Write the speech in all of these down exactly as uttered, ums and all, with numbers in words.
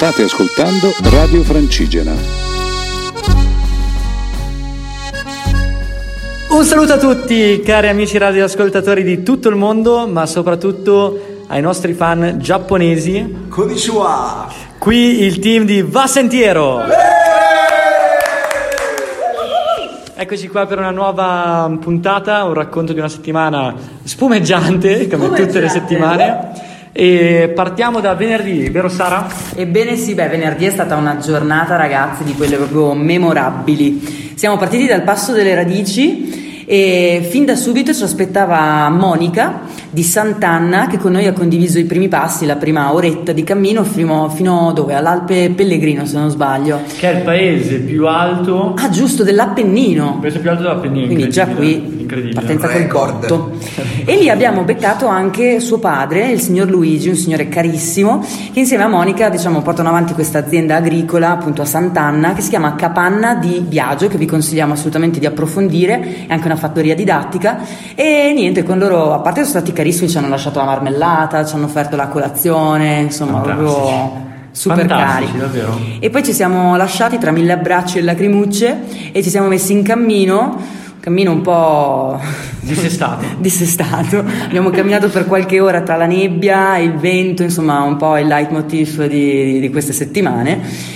State ascoltando Radio Francigena. Un saluto a tutti, cari amici radioascoltatori di tutto il mondo, ma soprattutto ai nostri fan giapponesi. Konnichiwa! Qui il team di Va Sentiero. Eccoci qua per una nuova puntata, un racconto di una settimana spumeggiante, come spumeggiante. Tutte le settimane. E partiamo da venerdì, vero Sara? Ebbene sì, beh, venerdì è stata una giornata, ragazzi, di quelle proprio memorabili. Siamo partiti dal Passo delle Radici e fin da subito ci aspettava Monica di Sant'Anna, che con noi ha condiviso i primi passi, la prima oretta di cammino fino, fino a dove? All'Alpe Pellegrino, se non sbaglio. Che è il paese più alto. Ah, giusto, dell'Appennino. Il paese più alto dell'Appennino. Quindi già qui partenza col botto. E lì abbiamo beccato anche suo padre, il signor Luigi, un signore carissimo, che insieme a Monica, diciamo, portano avanti questa azienda agricola appunto a Sant'Anna, che si chiama Capanna di Biagio, che vi consigliamo assolutamente di approfondire. È anche una fattoria didattica. E niente, con loro, a parte sono stati carissimi, ci hanno lasciato la marmellata, ci hanno offerto la colazione, insomma, proprio super cari. Davvero. E poi ci siamo lasciati tra mille abbracci e lacrimucce e ci siamo messi in cammino. Cammino un po' dissestato. dissestato. Abbiamo camminato per qualche ora tra la nebbia e il vento, insomma, un po' il leitmotiv di, di queste settimane.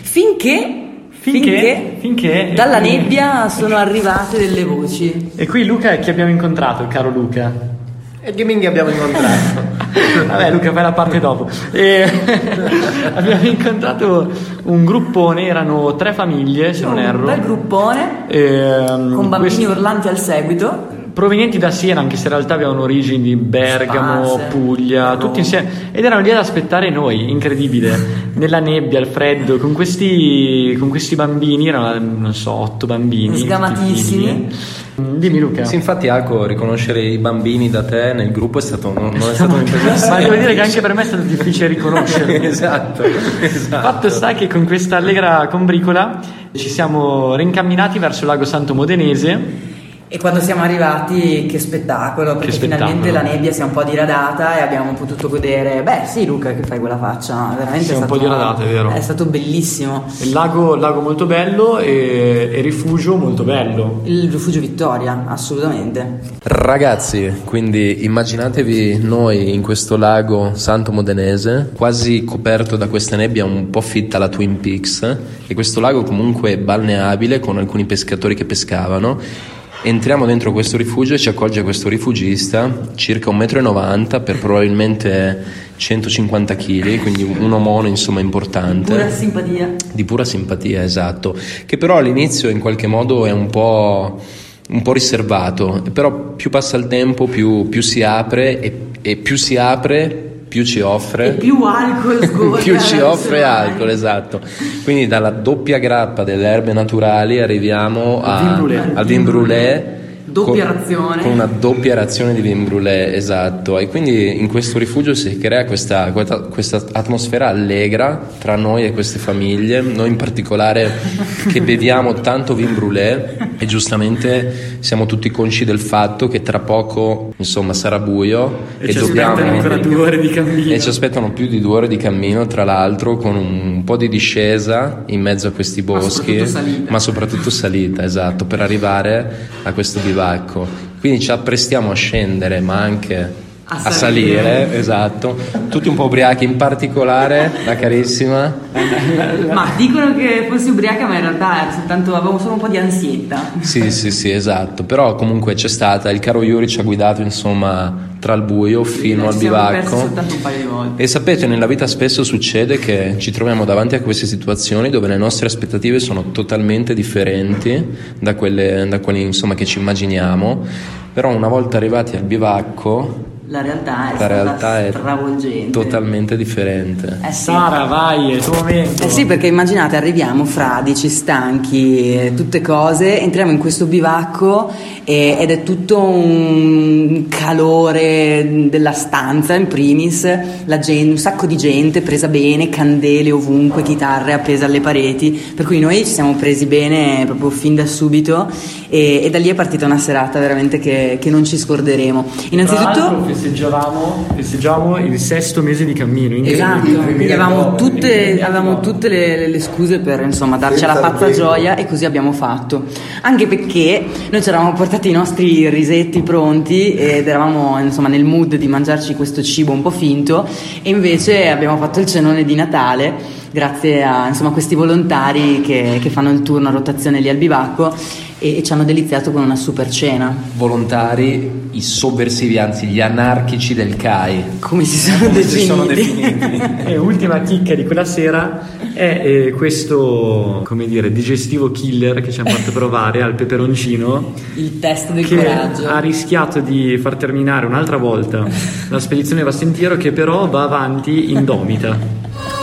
Finché Finché, finché, finché dalla nebbia sono arrivate delle voci. E qui Luca, chi abbiamo incontrato, caro Luca? E che minchia abbiamo incontrato? Vabbè, Luca, fai la parte dopo. E abbiamo incontrato un gruppone, erano tre famiglie, se non erro. Un bel gruppone, e, con bambini questi, urlanti al seguito, provenienti da Siena, anche se in realtà avevano origini di Bergamo, Sparse, Puglia, no. tutti insieme, ed erano lì ad aspettare noi, incredibile, nella nebbia, al freddo, con questi, con questi bambini, erano, non so, otto bambini sgamatissimi. Dimmi Luca. Sì, infatti Alco, riconoscere i bambini da te nel gruppo è stato non, non è stato un'impresa. Ma devo dire che anche per me è stato difficile riconoscerli. esatto, esatto. Fatto sta che con questa allegra combricola ci siamo rincamminati verso il lago Santo Modenese. E quando siamo arrivati, che spettacolo, perché che spettacolo. Finalmente la nebbia si è un po' diradata e abbiamo potuto godere. Beh sì, Luca, che fai quella faccia, veramente sì, è un stato, po' diradata, è vero. È stato bellissimo. Il lago, lago molto bello e, e rifugio molto bello. Il rifugio Vittoria, assolutamente. Ragazzi, quindi immaginatevi noi in questo lago Santo Modenese, quasi coperto da questa nebbia un po' fitta alla Twin Peaks, e questo lago comunque è balneabile con alcuni pescatori che pescavano. Entriamo dentro questo rifugio e ci accolge questo rifugista, circa un metro e novanta per probabilmente centocinquanta chili, quindi un omone insomma importante. Di pura simpatia. Di pura simpatia, esatto. Che però all'inizio in qualche modo è un po', un po' riservato, però più passa il tempo più, più si apre e, e più si apre più ci offre e più alcol sgorga più ci offre alcol, esatto. Quindi dalla doppia grappa delle erbe naturali arriviamo a, vin brûlé. al vin brûlé, doppia con, razione con una doppia razione di vin brûlé, esatto. E quindi in questo rifugio si crea questa, questa, questa atmosfera allegra tra noi e queste famiglie, noi in particolare che beviamo tanto vin brûlé e giustamente siamo tutti consci del fatto che tra poco insomma sarà buio e, e ci dobbiamo aspettano ancora due ore di cammino e ci aspettano più di due ore di cammino, tra l'altro con un po' di discesa in mezzo a questi boschi, ma soprattutto salita, ma soprattutto salita, esatto, per arrivare a questo bivacco. Quindi ci apprestiamo a scendere ma anche a, a salire. salire, esatto, tutti un po' ubriachi, in particolare la carissima. Ma dicono che fossi ubriaca, ma in realtà era soltanto, avevo solo un po' di ansietta. Sì, sì, sì, esatto. Però comunque c'è stata, il caro Yuri ci ha guidato insomma tra il buio fino Noi al ci siamo persi bivacco. soltanto un paio di volte. E sapete, nella vita spesso succede che ci troviamo davanti a queste situazioni dove le nostre aspettative sono totalmente differenti da quelle, da quelle insomma che ci immaginiamo. Però una volta arrivati al bivacco la realtà è la stata realtà è stravolgente, totalmente differente. Eh sì. Sara, vai, è il tuo momento. Eh sì, perché immaginate, arriviamo fradici, stanchi, eh, tutte cose, entriamo in questo bivacco e, ed è tutto un calore della stanza in primis, la gente, un sacco di gente presa bene, candele ovunque, chitarre appese alle pareti, per cui noi ci siamo presi bene proprio fin da subito e, e da lì è partita una serata veramente che, che non ci scorderemo. Innanzitutto festeggiavamo, festeggiavamo il sesto mese di cammino. Esatto, quindi avevamo tutte, avevamo tutte le, le scuse per insomma darci la pazza gioia, e così abbiamo fatto. Anche perché noi ci eravamo portati i nostri risetti pronti ed eravamo insomma nel mood di mangiarci questo cibo un po' finto, e invece abbiamo fatto il cenone di Natale grazie a insomma questi volontari che, che fanno il turno a rotazione lì al bivacco, e, e ci hanno deliziato con una super cena. Volontari, i sovversivi, anzi gli anarchici del C A I, come si sono come definiti, si sono definiti. E ultima chicca di quella sera è eh, questo, come dire, digestivo killer che ci hanno fatto provare al peperoncino, il test del che coraggio. ha rischiato di far terminare un'altra volta la spedizione Vassentiero, che però va avanti indomita.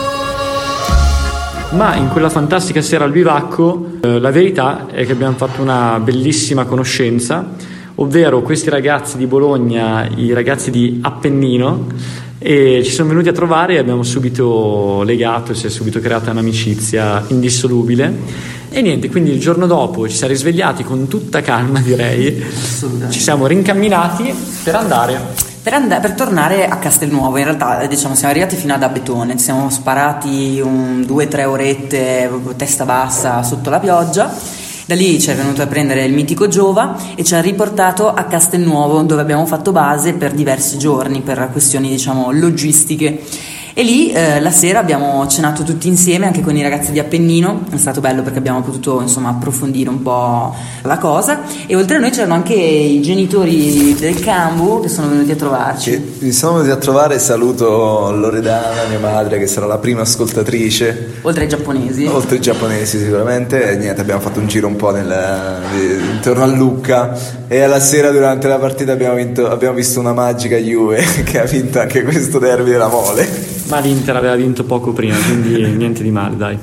Ma in quella fantastica sera al bivacco eh, la verità è che abbiamo fatto una bellissima conoscenza, ovvero questi ragazzi di Bologna, i ragazzi di Appennino, e ci sono venuti a trovare e abbiamo subito legato, si è subito creata un'amicizia indissolubile. E niente, quindi il giorno dopo ci siamo risvegliati con tutta calma, direi, ci siamo rincamminati per andare Per, and- per tornare a Castelnuovo. In realtà diciamo siamo arrivati fino ad Abetone, ci siamo sparati un, due o tre orette testa bassa sotto la pioggia. Da lì ci è venuto a prendere il mitico Giova e ci ha riportato a Castelnuovo, dove abbiamo fatto base per diversi giorni per questioni diciamo logistiche. E lì eh, la sera abbiamo cenato tutti insieme anche con i ragazzi di Appennino. È stato bello perché abbiamo potuto insomma approfondire un po' la cosa, e oltre a noi c'erano anche i genitori del Cambu che sono venuti a trovarci. Che mi sono venuti a trovare. Saluto Loredana, mia madre, che sarà la prima ascoltatrice, Oltre ai giapponesi. oltre ai giapponesi sicuramente. E niente, abbiamo fatto un giro un po' nel, intorno a Lucca, e alla sera durante la partita abbiamo, vinto, abbiamo visto una magica Juve che ha vinto anche questo derby della Mole. Ma l'Inter aveva vinto poco prima, quindi niente di male, dai.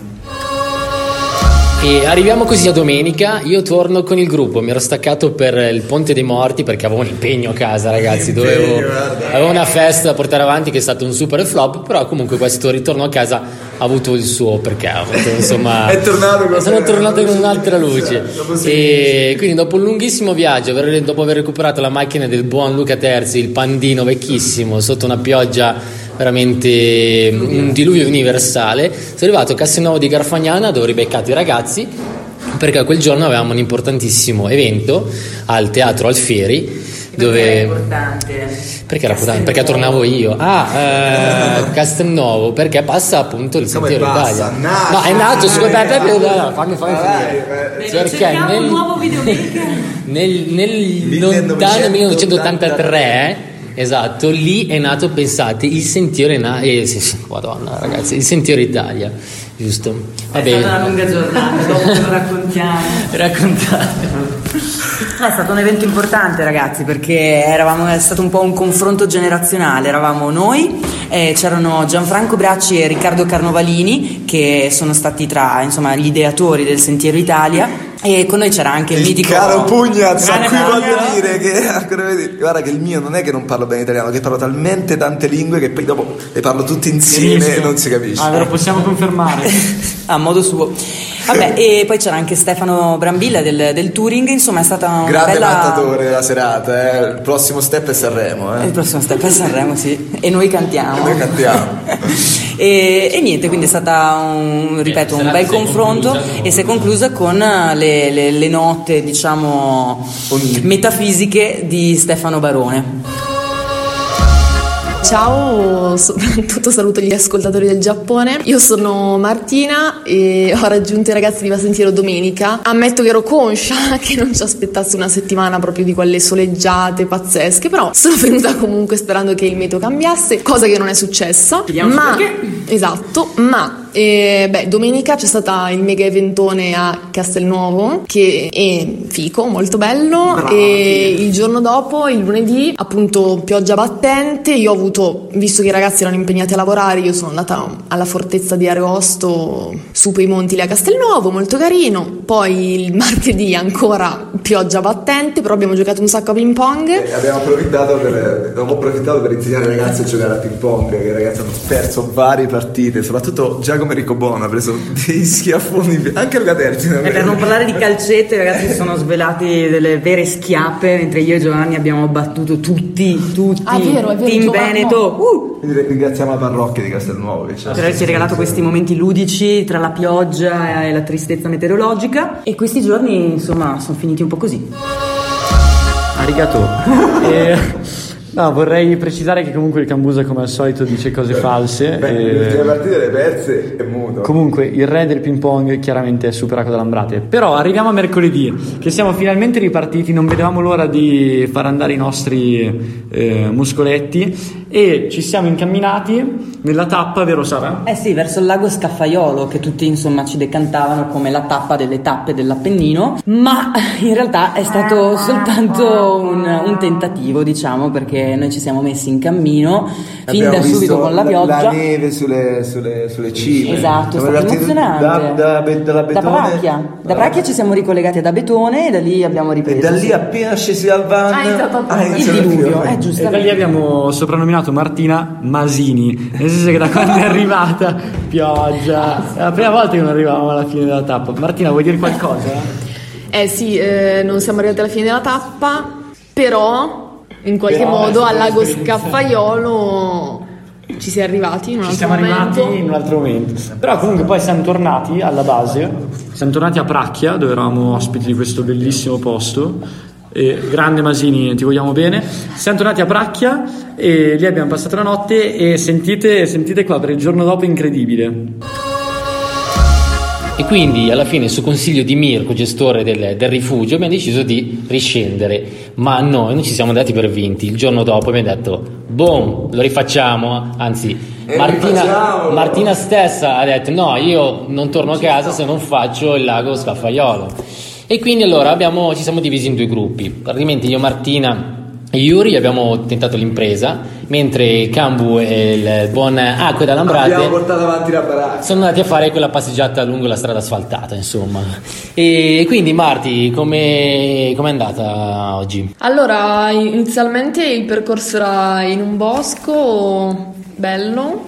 E arriviamo così a domenica. Io torno con il gruppo, mi ero staccato per il Ponte dei Morti perché avevo un impegno a casa, ragazzi, dovevo, avevo una festa da portare avanti che è stato un super flop, però comunque questo ritorno a casa ha avuto il suo perché, avuto, insomma, è tornato con sono tornato con un'altra luce. E quindi dopo un lunghissimo viaggio, dopo aver recuperato la macchina del buon Luca Terzi, il pandino vecchissimo, sotto una pioggia veramente un diluvio universale, sono arrivato a Castelnuovo di Garfagnana, dove ho ribeccato i ragazzi perché quel giorno avevamo un importantissimo evento al Teatro Alfieri. Dove era importante? Perché era importante? Perché tornavo io. Ah, eh, Castelnuovo, perché passa appunto il Sentiero Italia. No, è nato su fammi fammi finire. Perché nel un nuovo videomaker nel, nel lontano millenovecentottantatré, esatto, lì è nato, pensate, il Sentiero na- eh, sì, sì, Madonna, ragazzi, il Sentiero Italia, giusto? Va è bene. stata una lunga giornata, dopo lo raccontiamo. Raccontate. È stato un evento importante, ragazzi, perché eravamo, è stato un po' un confronto generazionale. Eravamo noi, eh, c'erano Gianfranco Bracci e Riccardo Carnovalini, che sono stati tra insomma gli ideatori del Sentiero Italia. E con noi c'era anche il, il mitico caro Pugnaz, a cui Pugna. voglio dire che guarda che il mio non è che non parlo bene italiano, che parlo talmente tante lingue che poi dopo le parlo tutte insieme e non si capisce. Ah, lo possiamo confermare. A modo suo. Vabbè, e poi c'era anche Stefano Brambilla del, del Touring, insomma è stata una grande bella... mattatore della serata, eh. Il prossimo step è Sanremo, eh. Il prossimo step è Sanremo, sì. E noi cantiamo. E noi cantiamo. e, e niente, quindi è stata un, ripeto, un bel confronto conclusa, e si è conclusa con le, le, le note, diciamo, metafisiche di Stefano Barone. Ciao, soprattutto saluto gli ascoltatori del Giappone. Io sono Martina e ho raggiunto i ragazzi di Vassentiero domenica. Ammetto che ero conscia che non ci aspettasse una settimana proprio di quelle soleggiate pazzesche, però sono venuta comunque sperando che il meteo cambiasse, cosa che non è successa. Vediamo ma perché. Esatto, ma E, beh, domenica c'è stata il mega eventone a Castelnuovo che è fico, molto bello. Bravo. E il giorno dopo, il lunedì, appunto pioggia battente. Io ho avuto, visto che i ragazzi erano impegnati a lavorare, io sono andata alla fortezza di Areosto su quei monti lì a Castelnuovo, molto carino. Poi il martedì ancora pioggia battente, però abbiamo giocato un sacco a ping pong. E abbiamo approfittato per, abbiamo approfittato per insegnare ai ragazzi a giocare a ping pong, che i ragazzi hanno perso varie partite, soprattutto Giacomo come Riccobono ha preso dei schiaffoni, anche Luca Terzi. E per non parlare di calcette, i ragazzi si sono svelati delle vere schiappe, mentre io e Giovanni abbiamo battuto tutti, tutti, ah, vero, è vero, Team Giovanni. Veneto. Uh! Quindi ringraziamo la parrocchia di Castelnuovo che ci ha per averci regalato questi momenti ludici tra la pioggia e la tristezza meteorologica, e questi giorni insomma sono finiti un po' così. Arigato. e... No, vorrei precisare che comunque il Cambusa come al solito dice cose false. Beh, e... le ultime partite le perse è muto. Comunque il re del ping pong chiaramente è Super Acqua d'Alambrate. Però arriviamo a mercoledì, che siamo finalmente ripartiti, non vedevamo l'ora di far andare i nostri eh, muscoletti, e ci siamo incamminati nella tappa, vero Sara? Eh sì, verso il lago Scaffaiolo, che tutti insomma ci decantavano come la tappa delle tappe dell'Appennino, ma in realtà è stato soltanto un, un tentativo, diciamo, perché noi ci siamo messi in cammino fin da subito con la pioggia, la neve sulle, sulle, sulle cime. Esatto, è Siamo stato emozionante. da, da, da, da, da Bracchia da Bracchia ci siamo ricollegati ad Abetone e da lì abbiamo ripreso, e da lì sì. appena scesi dal van Ah, esatto, ah, il diluvio, è E da giustamente. lì abbiamo soprannominato Martina Masini, nel senso che da quando è arrivata pioggia, è la prima volta che non arrivavamo alla fine della tappa. Martina, vuoi dire qualcosa? Eh sì, eh, non siamo arrivati alla fine della tappa, però in qualche Però modo è al stata lago un'esperienza. Scaffaiolo ci si è arrivati in un Ci altro siamo momento. arrivati in un altro momento. Però comunque poi siamo tornati alla base, siamo tornati a Pracchia, dove eravamo ospiti di questo bellissimo posto. E grande Masini, ti vogliamo bene. Siamo tornati a Pracchia e lì abbiamo passato la notte, e sentite, sentite qua, per il giorno dopo incredibile. E quindi alla fine, su consiglio di Mirko, gestore del, del rifugio, abbiamo deciso di riscendere, ma noi non ci siamo dati per vinti. Il giorno dopo abbiamo detto boom, lo rifacciamo, anzi E Martina, rifacciamolo. Martina stessa ha detto no, io non torno a casa se non faccio il lago Scaffaiolo. E quindi allora abbiamo, ci siamo divisi in due gruppi, praticamente io, Martina e Yuri abbiamo tentato l'impresa, mentre Cambu e il buon Acqua d'Alambrate abbiamo portato avanti la baracca. sono andati a fare quella passeggiata lungo la strada asfaltata, insomma. E quindi Marti, come è andata oggi? Allora, inizialmente il percorso era in un bosco bello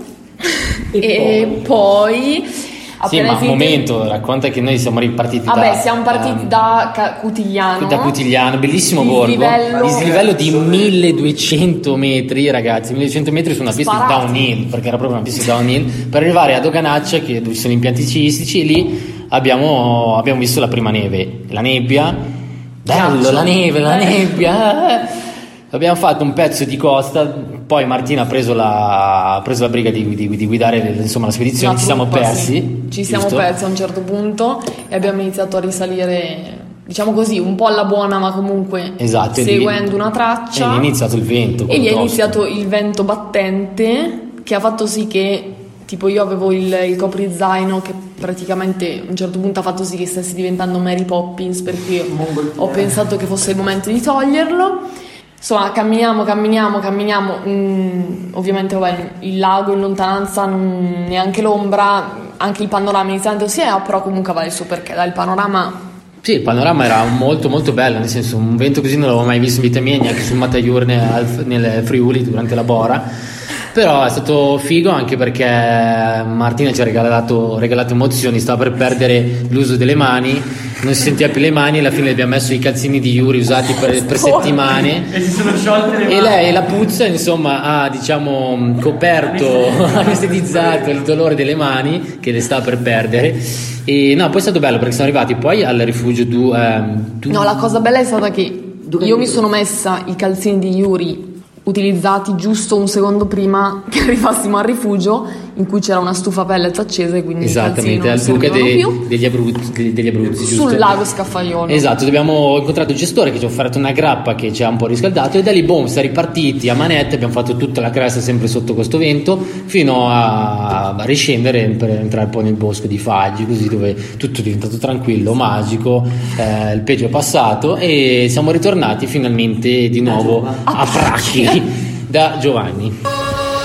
E e poi, Sì, appena ma un finito- momento, racconta che noi siamo ripartiti Vabbè, da... siamo partiti ehm, da Ca- Cutigliano. da Cutigliano, bellissimo Il borgo, livello- dislivello di milleduecento metri, ragazzi, milleduecento metri su una pista di Sparati. downhill, perché era proprio una pista di downhill, per arrivare a Doganaccia, che dove ci sono impianti sciistici, e lì abbiamo, abbiamo visto la prima neve, la nebbia, bello, la neve, la nebbia, eh. Abbiamo fatto un pezzo di costa, poi Martina ha preso la, ha preso la briga di, di, di guidare le- insomma, la spedizione, Una ci siamo truppa, persi, sì. Ci siamo giusto? persi a un certo punto e abbiamo iniziato a risalire, diciamo così, un po' alla buona, ma comunque Esatto, e lì- seguendo una traccia. E lì è iniziato il vento. E lì è tosto. iniziato il vento battente, che ha fatto sì che, tipo, io avevo il, il coprizaino che praticamente a un certo punto ha fatto sì che stessi diventando Mary Poppins, perché ho pensato che fosse il momento di toglierlo. Insomma, camminiamo, camminiamo, camminiamo. Mm, ovviamente, vabbè, il lago in lontananza, non- neanche l'ombra, anche il panorama inizialmente si è, però comunque vale il suo perché, dai, il panorama. Sì, il panorama era molto molto bello, nel senso, un vento così non l'avevo mai visto in vita mia, neanche sul Mataiurne al- nel Friuli durante la Bora. Però è stato figo anche perché Martina ci ha regalato, regalato emozioni, stava per perdere l'uso delle mani, non si sentiva più le mani, alla fine abbiamo messo i calzini di Yuri usati per, per settimane. E si sono sciolte le E lei, la puzza, insomma, ha, diciamo, coperto, anestetizzato il dolore delle mani che le stava per perdere. E no, poi è stato bello perché siamo arrivati poi al rifugio du, ehm, du- No, la cosa bella è stata che io mi sono messa i calzini di Yuri utilizzati giusto un secondo prima che arrivassimo al rifugio, in cui c'era una stufa pellet accesa e quindi esattamente i al calzini buca non servivano de- più. degli Abruzzi, degli, degli Abruzzi, giusto? Sul lago Scaffaiolo. Esatto, abbiamo ho incontrato il gestore che ci ha offerto una grappa che ci ha un po' riscaldato, e da lì boom, siamo ripartiti a manette, abbiamo fatto tutta la cresta sempre sotto questo vento fino a, a riscendere per entrare poi nel bosco di Faggi, così, dove tutto è diventato tranquillo, magico, eh, il peggio è passato e siamo ritornati finalmente di nuovo a Pracchi da Giovanni.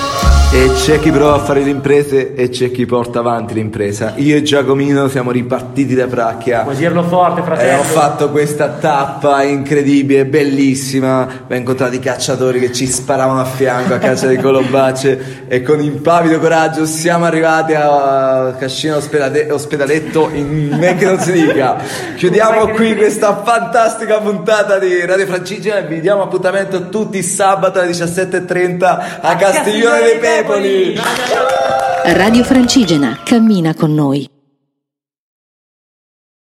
E c'è chi prova a fare le imprese e c'è chi porta avanti l'impresa. Io e Giacomino siamo ripartiti da Pracchia. Puoi dirlo forte, fratello. E ho fatto questa tappa incredibile, bellissima. Ho incontrato i cacciatori che ci sparavano a fianco a caccia di colombace e con impavido coraggio siamo arrivati a Cascina ospedale- Ospedaletto in men che non si dica. Chiudiamo qui questa fantastica puntata di Radio Francigena e vi diamo appuntamento tutti sabato alle diciassette e trenta a Castiglione dei Pepoli. Radio Francigena, cammina con noi.